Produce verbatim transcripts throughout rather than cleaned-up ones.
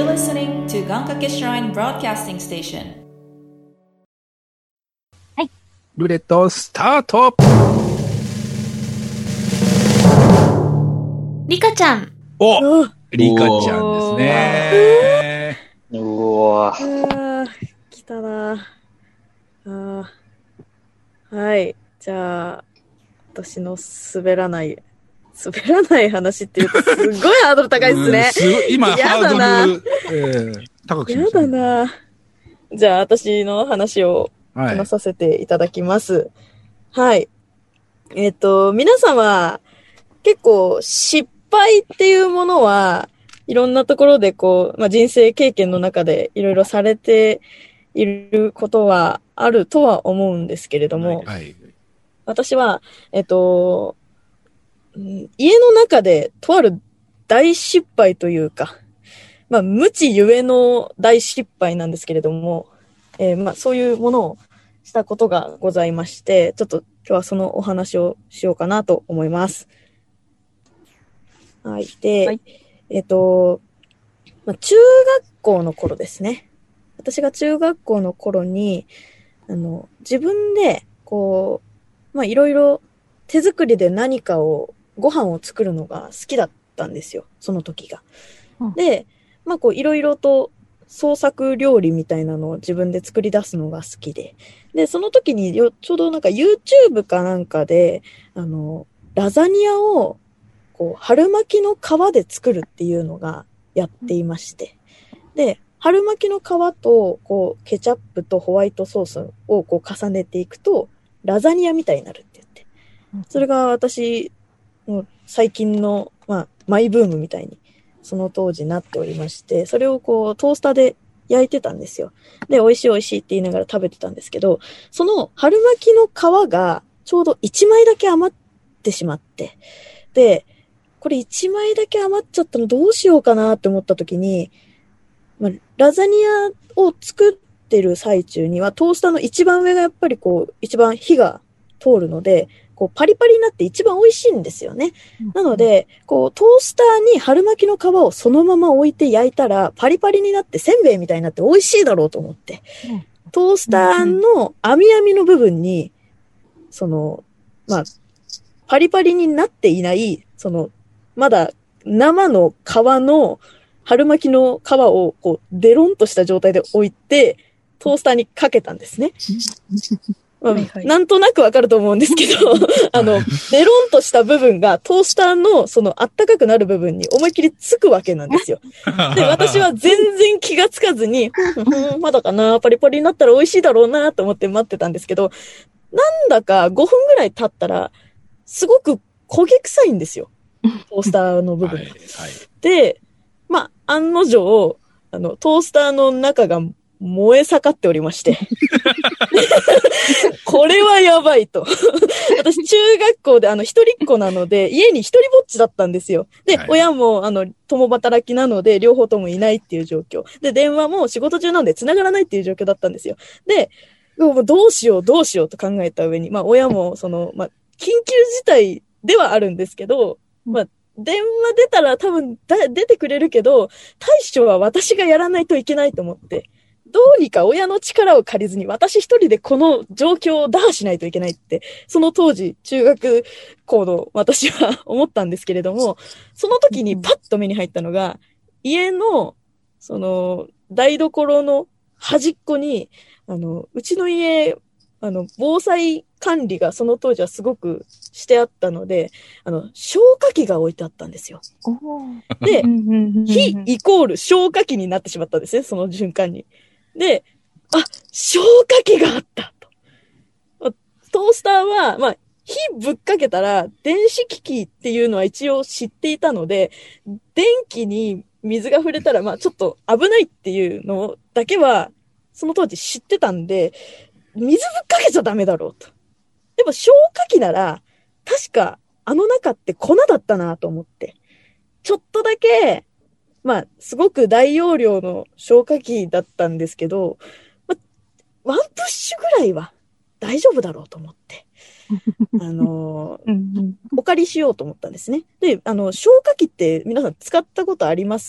listening to Gankake Shrine Broadcasting Station. はい。 ルーレットスタート。 リカちゃん。 お、リカちゃんですね。 うわぁ。来たなぁ。はい。じゃあ、私の滑らない、滑らない話っていうとすごいハードル高いですね。 すごい今、ハードル、えー、高くしました、ね。 やだなぁ。じゃあ、私の話を話させていただきます。はい。はい、えっと、皆様、結構失敗っていうものはいろんなところでこう、まあ、人生経験の中でいろいろされていることはあるとは思うんですけれども、 はい、 私は、えっと、家の中でとある大失敗というか、まあ、無知ゆえの大失敗なんですけれども、えー、まあ、そういうものをしたことがございまして、ちょっと今日はそのお話をしようかなと思います。はい。で、はい、えっと、まあ、中学校の頃ですね。私が中学校の頃に、あの、自分で、こう、まあ、いろいろ手作りで何かを、ご飯を作るのが好きだったんですよ。その時が。うん、で、まあ、こう、いろいろと創作料理みたいなのを自分で作り出すのが好きで。で、その時によ、ちょうどなんか YouTube かなんかで、あの、ラザニアを、こう、春巻きの皮で作るっていうのがやっていまして。で、春巻きの皮と、こう、ケチャップとホワイトソースをこう重ねていくと、ラザニアみたいになるって言って。それが私、もう最近の、まあ、マイブームみたいに、その当時なっておりまして、それをこう、トースターで焼いてたんですよ。で、美味しい美味しいって言いながら食べてたんですけど、その春巻きの皮がちょうどいちまいだけ余ってしまって、で、これいちまいだけ余っちゃったのどうしようかなって思った時に、まあ、ラザニアを作ってる最中にはトースターの一番上がやっぱりこう一番火が通るので、こうパリパリになって一番美味しいんですよね。なので、こうトースターに春巻きの皮をそのまま置いて焼いたらパリパリになってせんべいみたいになって美味しいだろうと思って、トースターの網網の部分に、その、まあ、パリパリになっていない、その、まだ生の皮の春巻きの皮をこうデロンとした状態で置いてトースターにかけたんですね。まあはいはい、なんとなくわかると思うんですけど、あの、デロンとした部分がトースターのそのあったかくなる部分に思いっきりつくわけなんですよ。で、私は全然気がつかずに、ふんふん、まだかな、パリパリになったら美味しいだろうなと思って待ってたんですけど、なんだかごふんぐらい経ったら、すごく焦げ臭いんですよ。トースターの部分が。はいはい、で、まあ、案の定、あの、トースターの中が燃え盛っておりまして。これはやばいと。私、中学校で、あの、一人っ子なので、家に一人ぼっちだったんですよ。で、はい、親も、あの、共働きなので、両方ともいないっていう状況。で、電話も仕事中なんで繋がらないっていう状況だったんですよ。で、もうどうしよう、どうしようと考えた上に、まあ、親も、その、まあ、緊急事態ではあるんですけど、まあ、電話出たら多分だ出てくれるけど、対処は私がやらないといけないと思って、どうにか親の力を借りずに私一人でこの状況を打破しないといけないって、その当時中学校の私は思ったんですけれども、その時にパッと目に入ったのが、家の、その、台所の端っこに、あの、うちの家、あの、防災管理がその当時はすごくしてあったので、あの、消火器が置いてあったんですよ。で、火イコール消火器になってしまったんですね、その瞬間に。で、あ、消火器があったと。トースターは、まあ、火ぶっかけたら、電子機器っていうのは一応知っていたので、電気に水が触れたら、まあ、ちょっと危ないっていうのだけは、その当時知ってたんで、水ぶっかけちゃダメだろうと。でも消火器なら、確かあの中って粉だったなと思って。ちょっとだけ、まあ、すごく大容量の消火器だったんですけど、まあ、ワンプッシュぐらいは大丈夫だろうと思って。あのー、お借りしようと思ったんですね。で、あの、消火器って皆さん使ったことあります？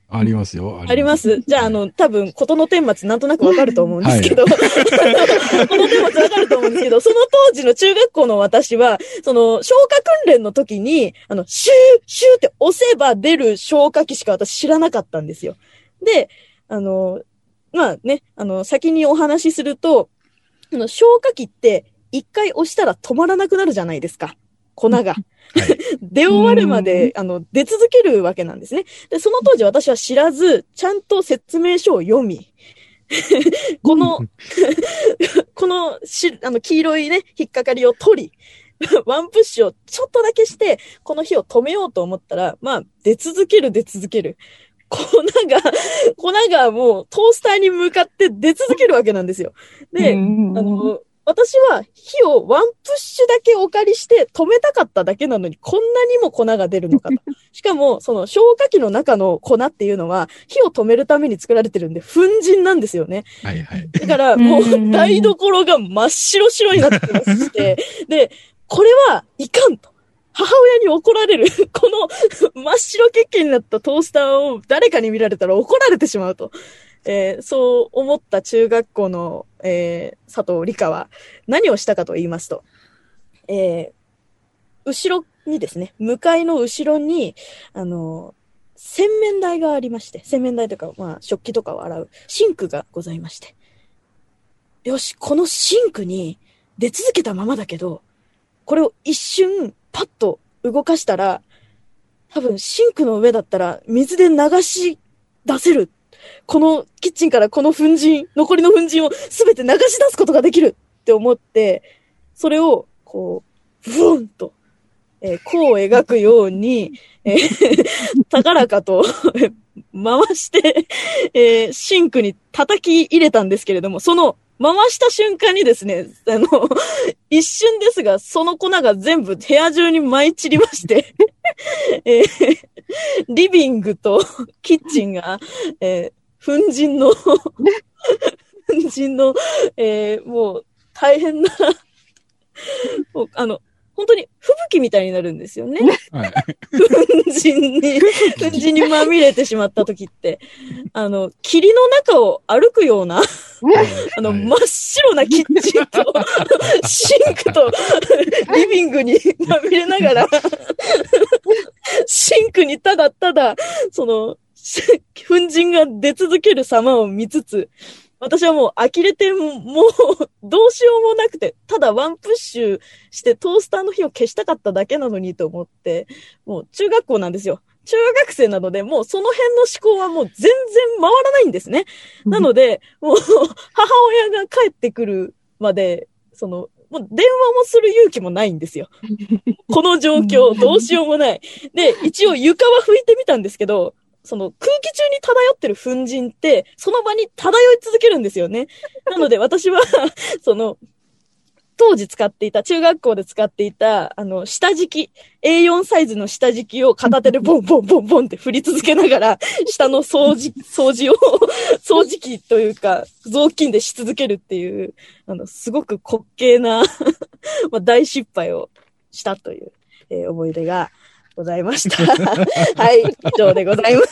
ありますよ。 ありますじゃあ、あの、多分、ことの顛末なんとなくわかると思うんですけど、はい、この顛末わかると思うんですけど、その当時の中学校の私は、その、消火訓練の時に、あの、シュー、シューって押せば出る消火器しか私知らなかったんですよ。で、あの、まあね、あの、先にお話しすると、あの消火器って一回押したら止まらなくなるじゃないですか。粉が。はい、出終わるまで、あの、出続けるわけなんですね。で、その当時私は知らず、ちゃんと説明書を読み、この、このし、あの、黄色いね、引っかかりを取り、ワンプッシュをちょっとだけして、この火を止めようと思ったら、まあ、出続ける、出続ける。粉が、粉がもうトースターに向かって出続けるわけなんですよ。で、あの、私は火をワンプッシュだけお借りして止めたかっただけなのに、こんなにも粉が出るのかと。しかも、その消火器の中の粉っていうのは、火を止めるために作られてるんで、粉塵なんですよね。はいはい。だから、もう台所が真っ白白になってまして、で、これはいかんと。母親に怒られる。この真っ白血気になったトースターを誰かに見られたら怒られてしまうと。えー、そう思った中学校の、えー、佐藤理香は何をしたかと言いますと、えー、後ろにですね、向かいの後ろに、あの、洗面台がありまして、洗面台とか、まあ、食器とかを洗うシンクがございまして。よし、このシンクに出続けたままだけど、これを一瞬、パッと動かしたら、多分シンクの上だったら水で流し出せる。このキッチンからこの粉塵、残りの粉塵をすべて流し出すことができるって思って、それをこう、ブーンと、えー、弧を描くように、えー、高らかと回して、えー、シンクに叩き入れたんですけれども、その回した瞬間にですね、あの、一瞬ですが、その粉が全部部屋中に舞い散りまして、えー、リビングとキッチンが、えー、粉塵の、粉塵の、えー、もう大変な、もうあの、本当に吹雪みたいになるんですよね。はい、粉塵に、粉塵にまみれてしまった時って、あの、霧の中を歩くような、あの、真っ白なキッチンと、シンクと、リビングにまみれながら、シンクにただただ、その、粉塵が出続ける様を見つつ、私はもう呆れて、もうどうしようもなくて、ただワンプッシュしてトースターの火を消したかっただけなのにと思って、もう中学校なんですよ。中学生なので、もうその辺の思考はもう全然回らないんですね。なので、もう母親が帰ってくるまで、その、もう電話もする勇気もないんですよ。この状況、どうしようもない。で、一応床は拭いてみたんですけど、その空気中に漂ってる粉塵って、その場に漂い続けるんですよね。なので私は、その、当時使っていた、中学校で使っていた、あの、下敷き、エーよん サイズの下敷きを片手でボンボンボンボンって振り続けながら、下の掃除、掃除を、掃除機というか、雑巾でし続けるっていう、あの、すごく滑稽な、まあ、大失敗をしたという、えー、思い出が、ございました。はい、以上でございます。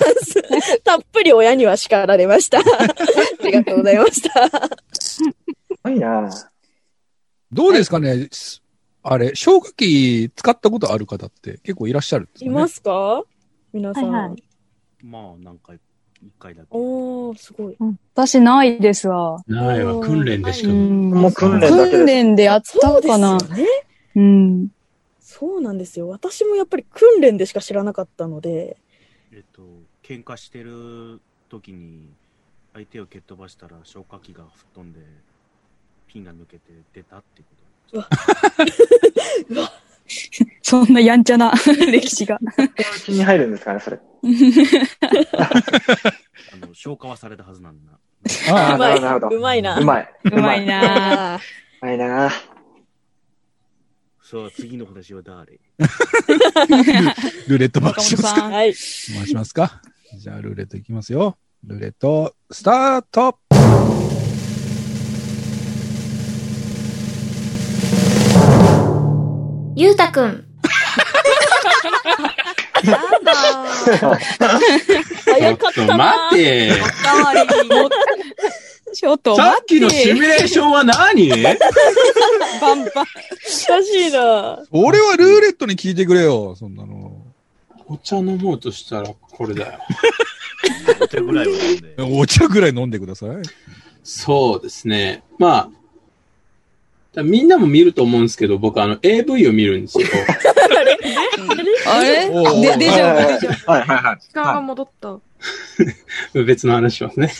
たっぷり親には叱られました。ありがとうございました。 いいな。 どうですかね、はい、あれ、消火器使ったことある方って結構いらっしゃるんですかね。 いますか皆さん。はいはい、 まあ、何回、一回だけ。 おー、すごい。 私ないですわ。 ないわ、訓練でしか。 もう訓練だけです。 訓練でやったかな。 そうですよね。 うん。 そうなんですよ。私もやっぱり訓練でしか知らなかったので。 えっと、喧嘩してる時に相手を蹴っ飛ばしたら消火器が吹っ飛んでピンが抜けて出たってこと。 うわそんなやんちゃな歴史が。 うちに入るんですかね、それ。 あの消化はされたはずなんだ。 ああ、 うまい。 なるほど。 うまいな。 うまい。 うまいな。 うまいな。 そう、次の話は誰ルーレット回しますか。 はい。 回しますか。じゃあ、ルーレットいきますよ。ルーレット、スタート。 ゆうたくん。 やだー。早かったなー。 ちょっと待て。 おかわり。ちょっとさ待って。 っきのシミュレーションは何？ バンバン。 おかしいな。 俺はルーレットに聞いてくれよ、そんなの。 お茶飲もうとしたらこれだよ。 お茶ぐらいは飲んで。 お茶ぐらい飲んでください。 そうですね。まあ、みんなも見ると思うんですけど、僕あの エーブイ を見るんですよ。 あれおーで、デジャブ、デジャブ。 はいはいはい。 時間が戻った。 別の話しますね。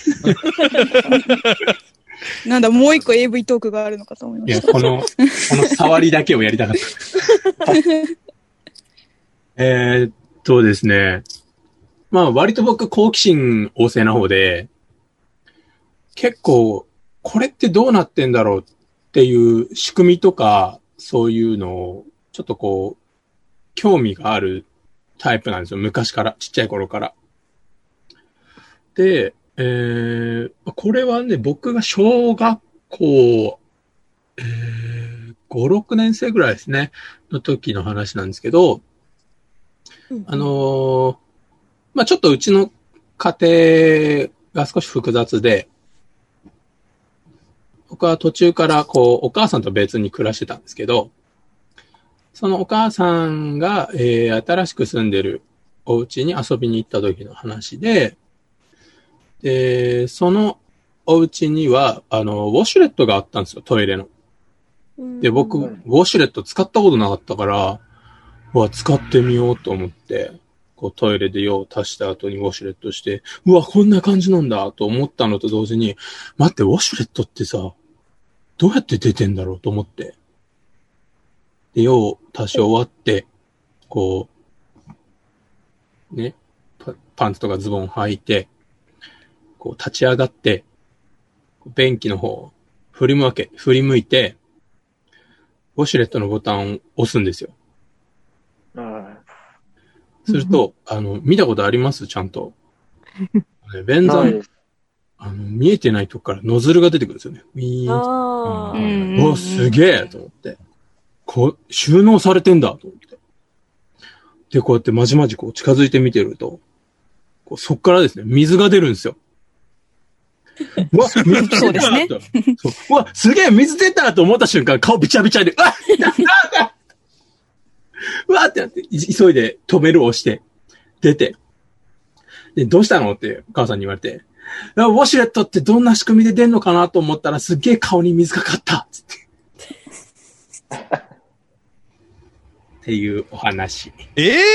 なんだ、もう一個 エーブイ トークがあるのかと思いまいや、 した。 この、この触りだけをやりたかった。えーっとですね。まあ、割と僕好奇心旺盛な方で、結構、これってどうなってんだろうっていう仕組みとか、そういうのを、ちょっとこう、興味があるタイプなんですよ。昔から、ちっちゃい頃から。で、えー、これはね、僕が小学校、えー、ご、ろくねん生ぐらいですね、の時の話なんですけど、あのー、まあ、ちょっとうちの家庭が少し複雑で、僕は途中からこう、お母さんと別に暮らしてたんですけど、そのお母さんが、えー、新しく住んでるお家に遊びに行った時の話で、で、そのお家には、あの、ウォシュレットがあったんですよ、トイレの。で、僕、ウォシュレット使ったことなかったから、うわ、使ってみようと思って、こうトイレで用を足した後にウォシュレットして、うわ、こんな感じなんだと思ったのと同時に、待って、ウォシュレットってさ、どうやって出てんだろうと思って。で、用を足し終わって、こう、ね、パ、パンツとかズボン履いて、こう立ち上がって、便器の方を振り向け、振り向いて、ウォシュレットのボタンを押すんですよ。すると、あの、見たことありますちゃんと。ね、便座の、あの、見えてないとこからノズルが出てくるんですよね。ウィーン。 ああ。 うわ、すげえと思って。こう、収納されてんだと思って。で、こうやってまじまじこう近づいて見てると、こうそっからですね、水が出るんですよ。うわ、水出たそうですねそううわ、すげえ水出たと思った瞬間、顔びちゃびちゃで、うわなんだうわってなって、い急いで止めるを押して、出て。で、どうしたのってお母さんに言われて、ウォシュレットってどんな仕組みで出んのかなと思ったら、すっげえ顔に水かかったつって。っていうお話。 ええ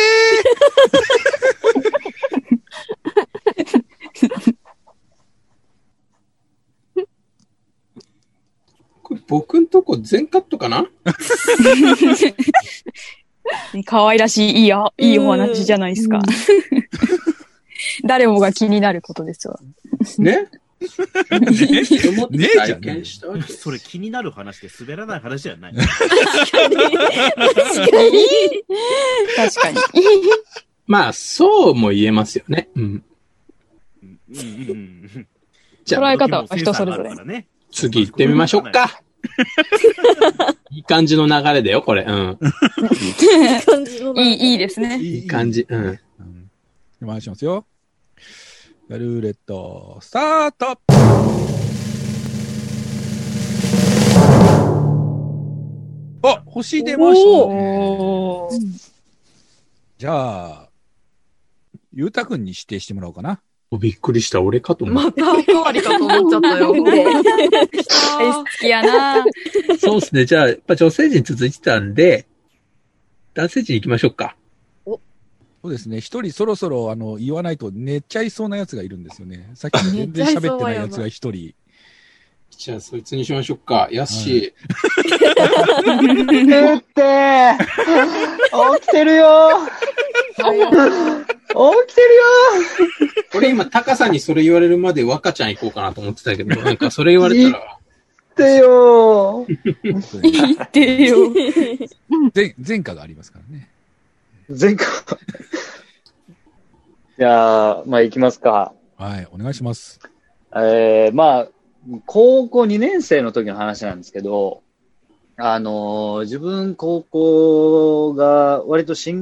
これ僕んとこ全カットかな可愛らしい、いいや、いいお話じゃないですか。誰もが気になることですわ。 ねねねえじゃん体験したわけです。 それ気になる話で滑らない話じゃない。 確かに。 確かに。 まあ、そうも言えますよね。うん。 うんうんうんじゃあ、 捉え方は人それぞれ。 ね、 次行ってみましょうか。いい感じの流れだよ、これ。うん。 感じのいい、いいですね。 いい感じ。うん。 うん。お願いしますよ。ルーレット、スタート。あ、星出ましたね。 おー。 じゃあ、ゆうたくんに指定してもらおうかな。 びっくりした、俺かと思っまたおかわりかと思っちゃったよ。 で大好きやな。 た。そうですね。じゃあ、やっぱ女性陣続いてたんで、男性陣行きましょうか。 そうですね。一人そろそろ、あの、言わないと寝ちゃいそうなやつがいるんですよね。さっき全然喋ってないやつが一人。 じゃあ、そいつにしましょうか。やっしーって起きてるよ起きてるよー。俺今、タカさんにそれ言われるまで若ちゃん行こうかなと思ってたけど、なんかそれ言われたら。 ってよ言ってよ。 前、前科がありますからね。 前回。じゃあ、まあ行きますか。 はい、お願いします。 えー、まあ、高校にねん生の時の話なんですけど、あのー自分高校が割と進学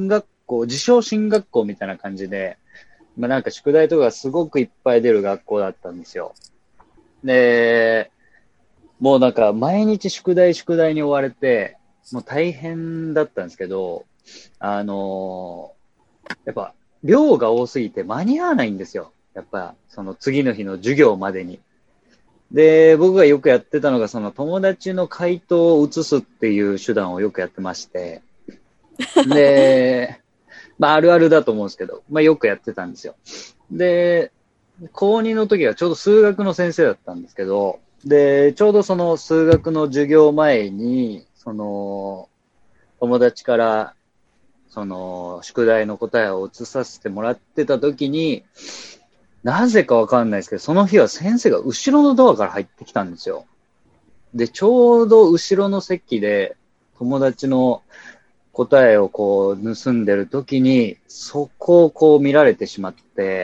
校、自称進学校みたいな感じで、まあなんか宿題とかすごくいっぱい出る学校だったんですよ。で、もうなんか毎日宿題宿題に追われて、もう大変だったんですけど、あのー、やっぱ量が多すぎて間に合わないんですよ。やっぱその次の日の授業までに。で、僕がよくやってたのがその友達の回答を移すっていう手段をよくやってまして、で、まああるあるだと思うんですけど、まあよくやってたんですよ。で、高にの時はちょうど数学の先生だったんですけど、で、ちょうどその数学の授業前に、その、友達から、その、宿題の答えを移させてもらってた時に、なぜかわかんないですけど、その日は先生が後ろのドアから入ってきたんですよ。で、ちょうど後ろの席で、友達の答えをこう盗んでる時に、そこをこう見られてしまって、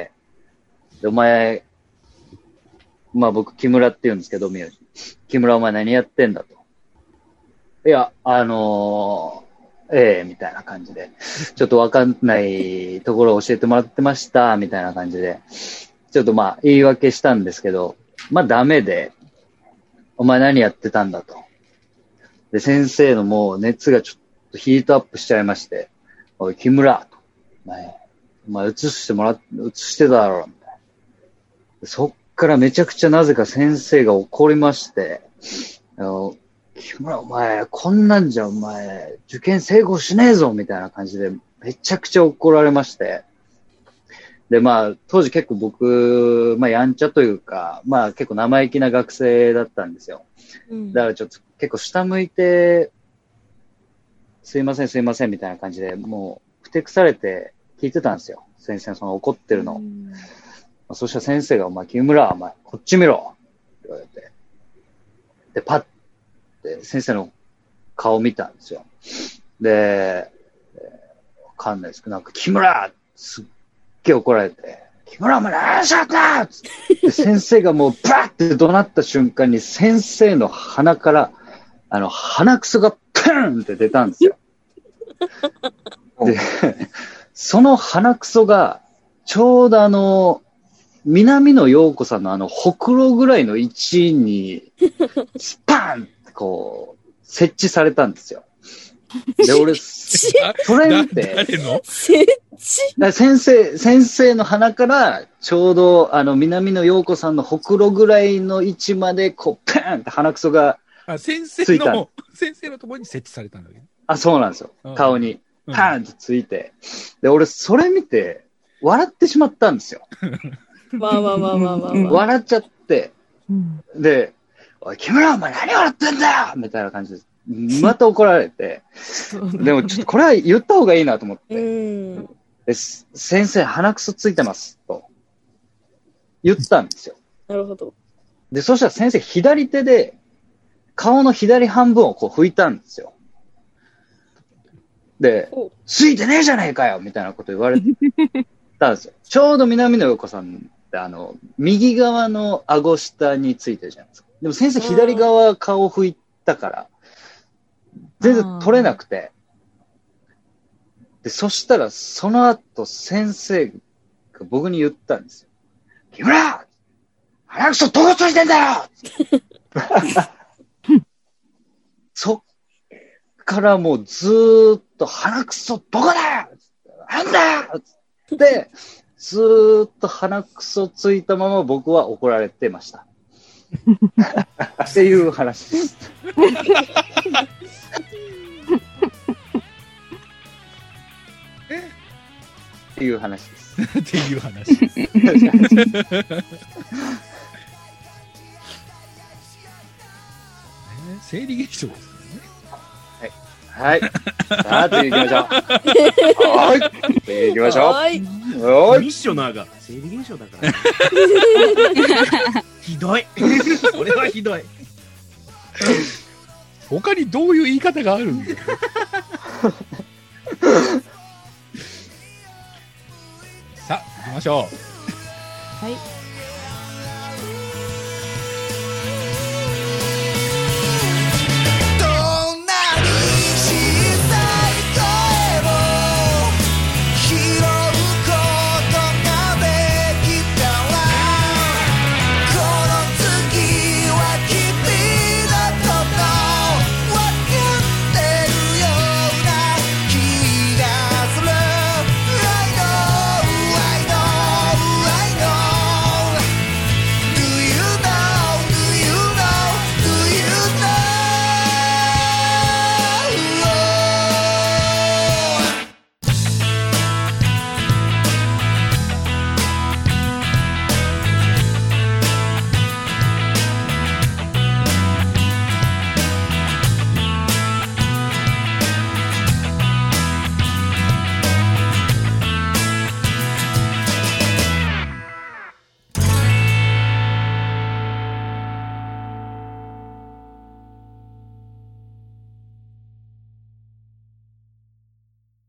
お前、まあ僕、木村って言うんですけど、名字。木村お前何やってんだと。いや、あのー、ええ、みたいな感じで、ちょっとわかんないところを教えてもらってました、みたいな感じで、ちょっとまあ言い訳したんですけど、まあダメで、お前何やってたんだと。で、先生のもう熱がちょっとヒートアップしちゃいまして、おい、木村と。お前、お前映してもらっ、映してただろ、みたいな。そっからめちゃくちゃなぜか先生が怒りまして、あの、木村お前、こんなんじゃお前、受験成功しねえぞみたいな感じで、めちゃくちゃ怒られまして。で、まあ、当時結構僕、まあ、やんちゃというか、まあ、結構生意気な学生だったんですよ。うん、だからちょっと結構下向いて、すいませんすいませんみたいな感じで、もう、ふてくされて聞いてたんですよ。先生のその怒ってるの。うんそしたら先生が、お前、木村、お前、こっち見ろって言われて。で、パッて先生の顔見たんですよ。で、わかんないですけど、なんか、木村すっげえ怒られて、木村、お前何しちゃったっつって、先生がもう、バーって怒鳴った瞬間に、先生の鼻から、あの、鼻くそがプーンって出たんですよ。で、その鼻くそが、ちょうどあの、南野陽子さんのあの、ほくろぐらいの位置に、スパーンってこう、設置されたんですよ。で、俺、それ見て、 誰の設置先生、先生の鼻から、ちょうど、あの、南野陽子さんのほくろぐらいの位置まで、こう、パーンって鼻くそがあ、先生ついた。 の、先生のところに設置されたんだけど。 あ、そうなんですよ。顔に、パーンってついて。で、俺、それ見て、笑ってしまったんですよ。 まあまあまあまあまあ、まあ。 笑っちゃって、で、おい、木村お前何笑ってんだよみたいな感じで、また怒られて、でもちょっとこれは言った方がいいなと思って、うんで先生鼻くそついてますと言ったんですよ。 なるほど。 で、そしたら先生左手で顔の左半分をこう拭いたんですよ。で、ついてねえじゃねえかよみたいなこと言われたんですよ。ちょうど南野陽子さんあの、右側の顎下についてるじゃないですか。でも先生左側顔拭いたから、全然取れなくて。で、そしたらその後先生が僕に言ったんですよ。木村鼻くそどこついてんだよそっからもうずーっと鼻くそどこだよなんだよってずーっと鼻くそついたまま僕は怒られてました。っていう話です。っていう話です。 っていう話です。生理現象ですよね。 はい。はい。さあ、次行きましょう。はい。次行きましょう。はい。 ミッショナーが生理現象だから。ひどい。それはひどい。 他にどういう言い方があるんだよ。さあ、行きましょう。 はい。